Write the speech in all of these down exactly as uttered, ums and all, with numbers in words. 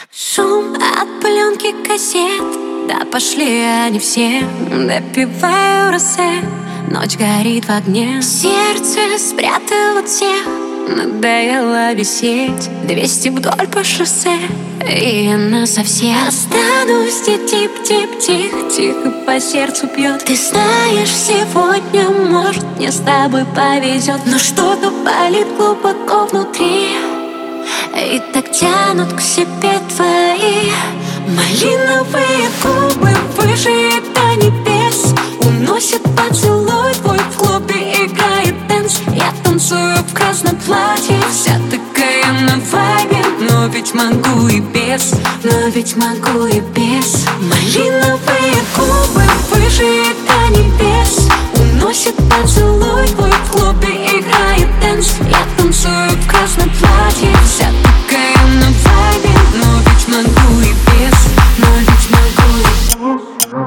Шум от пленки кассет, да пошли они все. Допиваю росе, ночь горит в огне. Сердце спрятало всех, надоело висеть. Двести вдоль по шоссе, и она совсем. Останусь здесь, тип-тип-тихо, тихо по сердцу бьет. Ты знаешь, сегодня, может, мне с тобой повезет, но что-то болит глубоко внутри, и так тянут к себе твои малиновые губы. Выше до небес уносит поцелуй твой. В клубе играет дэнс, я танцую в красном платье, вся такая на вайбе. Но ведь могу и без, но ведь могу и без. Малиновые губы выше до небес уносит поцелуй твой. В клубе играет дэнс, я танцую в красном платье, вся такая на вайбе. Но ведь могу и без, но ведь могу и без.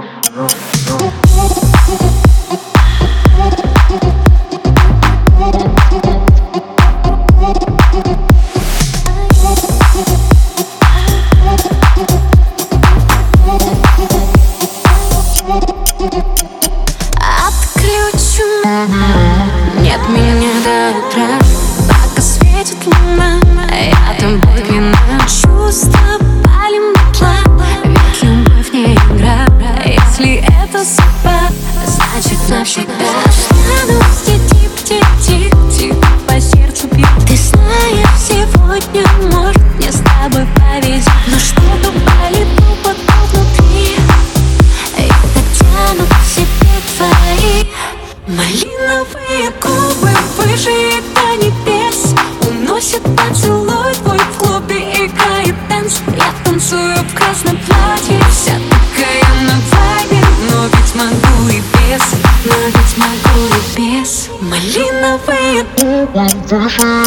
Отключу, нет меня до утра, пока светит луна, я тобой пьяна. Чувства палим дотла, ведь любовь не игра. Если это судьба, значит навсегда. Останусь здесь, тип-тип-тихо, тихо по сердцу бьет. Ты знаешь, сегодня, может, мне с тобой повезет, но что-то болит глубоко внутри, и так тянут к себе твои малиновые губы. Выше до небес уносит поцелуй твой. В клубе играет дэнс, я танцую в красном платье, вся такая на вайбе. Но ведь могу и без, но ведь могу и без. Малиновые губы выше